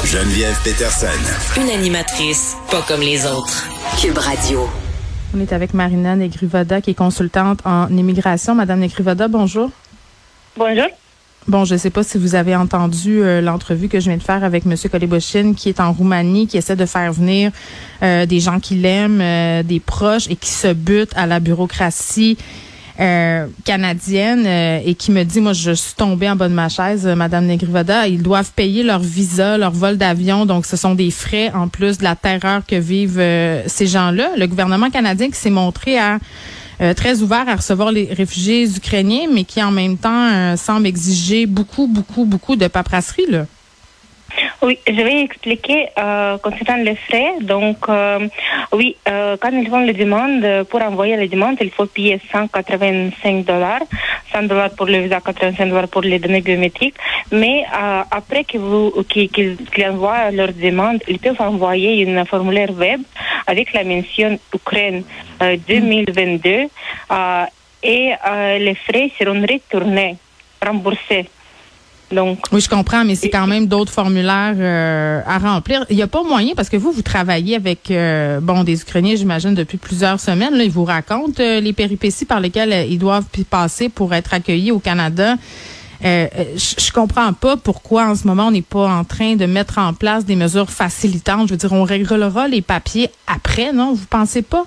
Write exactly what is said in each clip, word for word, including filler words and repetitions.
Geneviève Peterson. Une animatrice pas comme les autres. Cube Radio. On est avec Marina Negri-Voda, qui est consultante en immigration. Madame Negri-Voda, bonjour. Bonjour. Bon, je ne sais pas si vous avez entendu euh, l'entrevue que je viens de faire avec M. Koleboshine, qui est en Roumanie, qui essaie de faire venir euh, des gens qu'il aime, euh, des proches, et qui se butent à la bureaucratie euh, canadienne euh, et qui me dit, moi, je suis tombée en bas de ma chaise, euh, Madame Negri-Voda, ils doivent payer leur visa, leur vol d'avion, donc ce sont des frais en plus de la terreur que vivent euh, ces gens-là. Le gouvernement canadien qui s'est montré à Euh, très ouvert à recevoir les réfugiés ukrainiens, mais qui en même temps euh, semble exiger beaucoup, beaucoup, beaucoup de paperasserie, là. Oui, je vais expliquer euh, concernant les frais. Donc, euh, oui, euh, quand ils font les demandes, pour envoyer les demandes, il faut payer cent quatre-vingt-cinq dollars, cent dollars pour le visa, quatre-vingt-cinq dollars pour les données biométriques. Mais euh, après que vous, qu'ils, qu'ils envoient leurs demandes, ils peuvent envoyer un formulaire web avec la mention Ukraine euh, deux mille vingt-deux euh, et euh, les frais seront retournés, remboursés. Donc, oui, je comprends, mais c'est quand même d'autres formulaires euh, à remplir. Il n'y a pas moyen, parce que vous, vous travaillez avec euh, bon des Ukrainiens, j'imagine, depuis plusieurs semaines. Là, ils vous racontent euh, les péripéties par lesquelles euh, ils doivent passer pour être accueillis au Canada. Euh, je, je comprends pas pourquoi en ce moment on n'est pas en train de mettre en place des mesures facilitantes. Je veux dire, on réglera les papiers après, non? Vous pensez pas?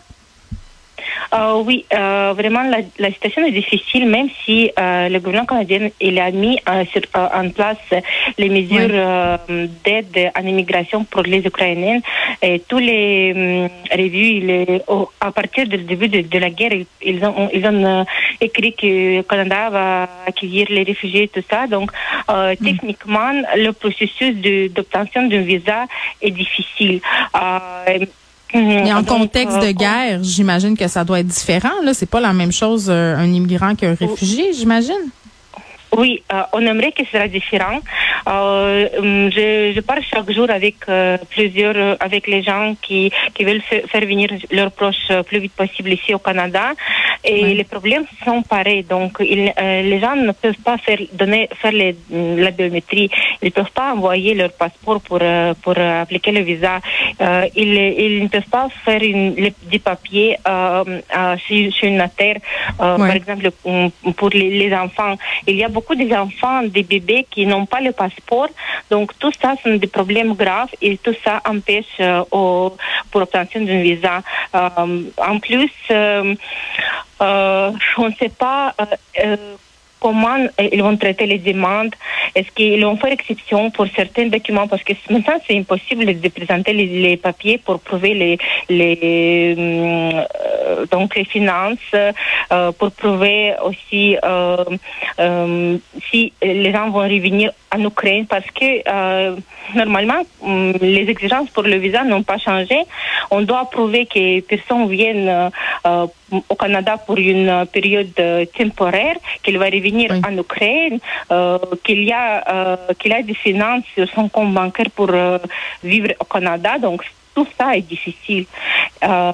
Euh, oui, euh, vraiment, la, la situation est difficile, même si euh, le gouvernement canadien il a mis euh, sur, euh, en place les mesures oui. euh, d'aide en immigration pour les Ukrainiens. Et tous les euh, revues, les, oh, à partir du début de, de la guerre, ils, ils ont, ils ont euh, écrit que le Canada va accueillir les réfugiés et tout ça. Donc, euh, mm. techniquement, le processus de, d'obtention d'un visa est difficile. Euh, Mais en contexte de guerre, j'imagine que ça doit être différent. Là, c'est pas la même chose euh, un immigrant qu'un réfugié, j'imagine. Oui, euh, on aimerait que ce soit différent. Euh, je, je parle chaque jour avec euh, plusieurs, euh, avec les gens qui, qui veulent f- faire venir leurs proches euh, plus vite possible ici au Canada. Et oui. Les problèmes sont pareils. Donc, ils, euh, les gens ne peuvent pas faire donner, faire les, la biométrie. Ils ne peuvent pas envoyer leur passeport pour euh, pour euh, appliquer le visa. Euh, ils, ils ne peuvent pas faire une, les, des papiers euh, euh, chez, chez une notaire. Euh, oui. Par exemple, pour les, les enfants, il y a beaucoup beaucoup d'enfants, des bébés qui n'ont pas le passeport. Donc, tout ça sont des problèmes graves et tout ça empêche euh, au, pour l'obtention d'un visa. Euh, en plus, euh, euh, on ne sait pas euh, euh, comment ils vont traiter les demandes. Est-ce qu'ils vont faire exception pour certains documents? Parce que maintenant, c'est impossible de présenter les, les papiers pour prouver les, les, euh, donc les finances, euh, pour prouver aussi euh, euh, si les gens vont revenir en Ukraine. Parce que euh, normalement, les exigences pour le visa n'ont pas changé. On doit prouver que les personnes viennent euh, au Canada pour une période temporaire, qu'il va revenir oui. en Ukraine, euh, qu'il y a euh, qu'il a des finances sur son compte bancaire pour euh, vivre au Canada. Donc tout ça est difficile. Euh,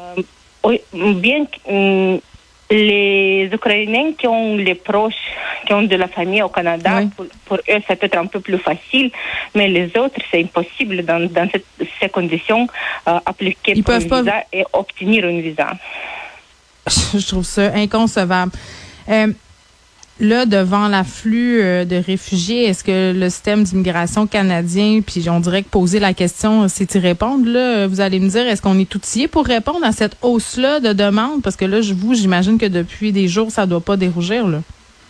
bien que euh, les Ukrainiens qui ont les proches, qui ont de la famille au Canada, oui. pour, pour eux, ça peut être un peu plus facile, mais les autres, c'est impossible dans, dans cette, ces conditions, euh, appliquer Ils pour un pas... visa et obtenir un visa. Je trouve ça inconcevable. Euh, là, devant l'afflux euh, de réfugiés, est-ce que le système d'immigration canadien, puis on dirait que poser la question, c'est y répondre, là, vous allez me dire, est-ce qu'on est outillé pour répondre à cette hausse-là de demande? Parce que là, je vous, j'imagine que depuis des jours, ça ne doit pas dérougir, là.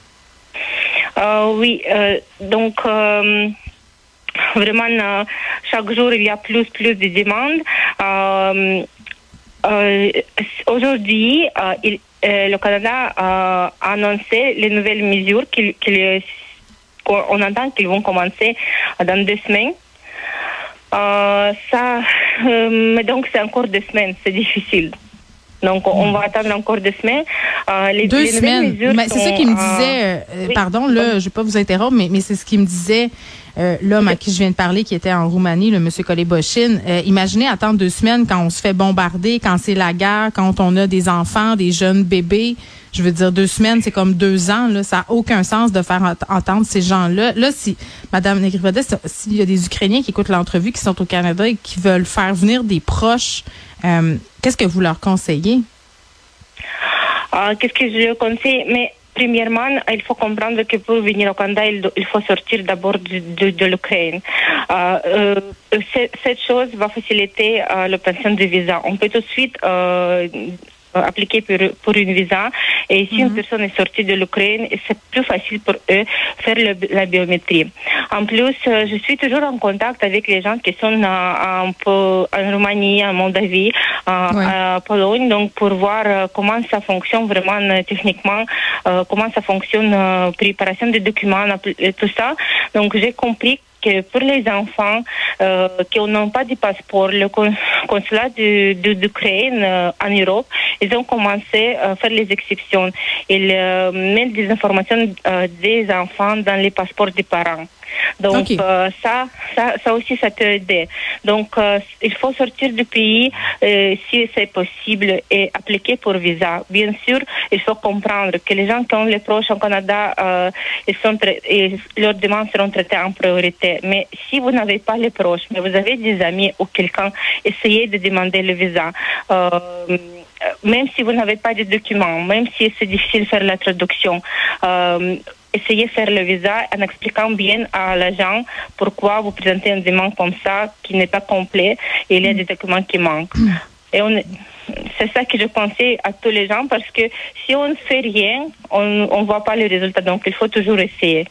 Euh, oui, euh, donc... Euh vraiment, euh, chaque jour, il y a plus, plus de demandes. Euh, euh, aujourd'hui, euh, il, euh, le Canada euh, a annoncé les nouvelles mesures qu'il, qu'il, qu'on entend qu'ils vont commencer dans deux semaines. Euh, ça, euh, mais donc, c'est encore deux semaines, c'est difficile. Donc, on va attendre encore deux semaines. Euh, les, deux les semaines. Mais sont, c'est ça qui me disait, euh, oui. pardon, là, je ne vais pas vous interrompre, mais, mais c'est ce qui me disait euh, l'homme à qui je viens de parler, qui était en Roumanie, le monsieur Koleboshine, euh, imaginez attendre deux semaines quand on se fait bombarder, quand c'est la guerre, quand on a des enfants, des jeunes bébés. Je veux dire, deux semaines, c'est comme deux ans. Là, ça n'a aucun sens de faire ent- entendre ces gens-là. Là, si, Madame Negri-Voda, s'il y a des Ukrainiens qui écoutent l'entrevue, qui sont au Canada et qui veulent faire venir des proches, euh, qu'est-ce que vous leur conseillez? Euh, qu'est-ce que je conseille? Mais premièrement, il faut comprendre que pour venir au Canada, il, do, il faut sortir d'abord de, de, de l'Ukraine. Euh, euh, cette chose va faciliter euh, l'obtention du visa. On peut tout de suite euh, appliquer pour, pour une visa. Et si mm-hmm. une personne est sortie de l'Ukraine, c'est plus facile pour eux faire le, la biométrie. En plus, euh, je suis toujours en contact avec les gens qui sont en, en, en Roumanie, en Moldavie, en ouais. à Pologne, donc pour voir euh, comment ça fonctionne vraiment euh, techniquement, euh, comment ça fonctionne, euh, préparation des documents, et tout ça. Donc j'ai compris que pour les enfants euh, qui n'ont pas de passeport, le consulat de, de, d'Ukraine euh, en Europe, ils ont commencé à faire les exceptions. Ils euh, mettent des informations euh, des enfants dans les passeports des parents. Donc okay. euh, ça, ça, ça aussi, ça peut aider. Donc euh, il faut sortir du pays euh, si c'est possible et appliquer pour visa. Bien sûr, il faut comprendre que les gens qui ont les proches au Canada, euh, ils sont tra- et leurs demandes seront traitées en priorité. Mais si vous n'avez pas les proches, mais vous avez des amis ou quelqu'un, essayez de demander le visa. Euh, même si vous n'avez pas de documents, même si c'est difficile de faire la traduction. Euh, Essayez de faire le visa en expliquant bien à l'agent pourquoi vous présentez une demande comme ça qui n'est pas complet et il y a des documents qui manquent. Mm. Et on, c'est ça que je conseille à tous les gens parce que si on ne fait rien, on ne voit pas les résultats. Donc, il faut toujours essayer.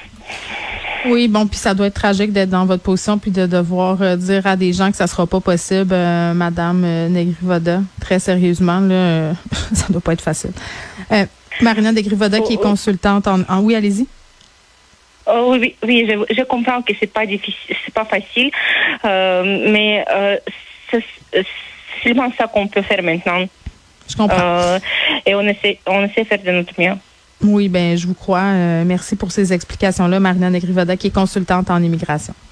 Oui, bon, puis ça doit être tragique d'être dans votre position puis de devoir euh, dire à des gens que ça sera pas possible, euh, Madame euh, Negri-Voda. Très sérieusement, là, euh, ça doit pas être facile. Euh, Marina Negri-Voda, oh, qui est consultante en, en oui, allez-y. Oh, oui, oui, je, je comprends que c'est pas difficile, c'est pas facile, euh, mais euh, c'est, c'est seulement ça qu'on peut faire maintenant. Je comprends. Euh, et on essaie, on essaie de faire de notre mieux. Oui, ben je vous crois. Euh, merci pour ces explications-là, Marina Negri-Voda, qui est consultante en immigration.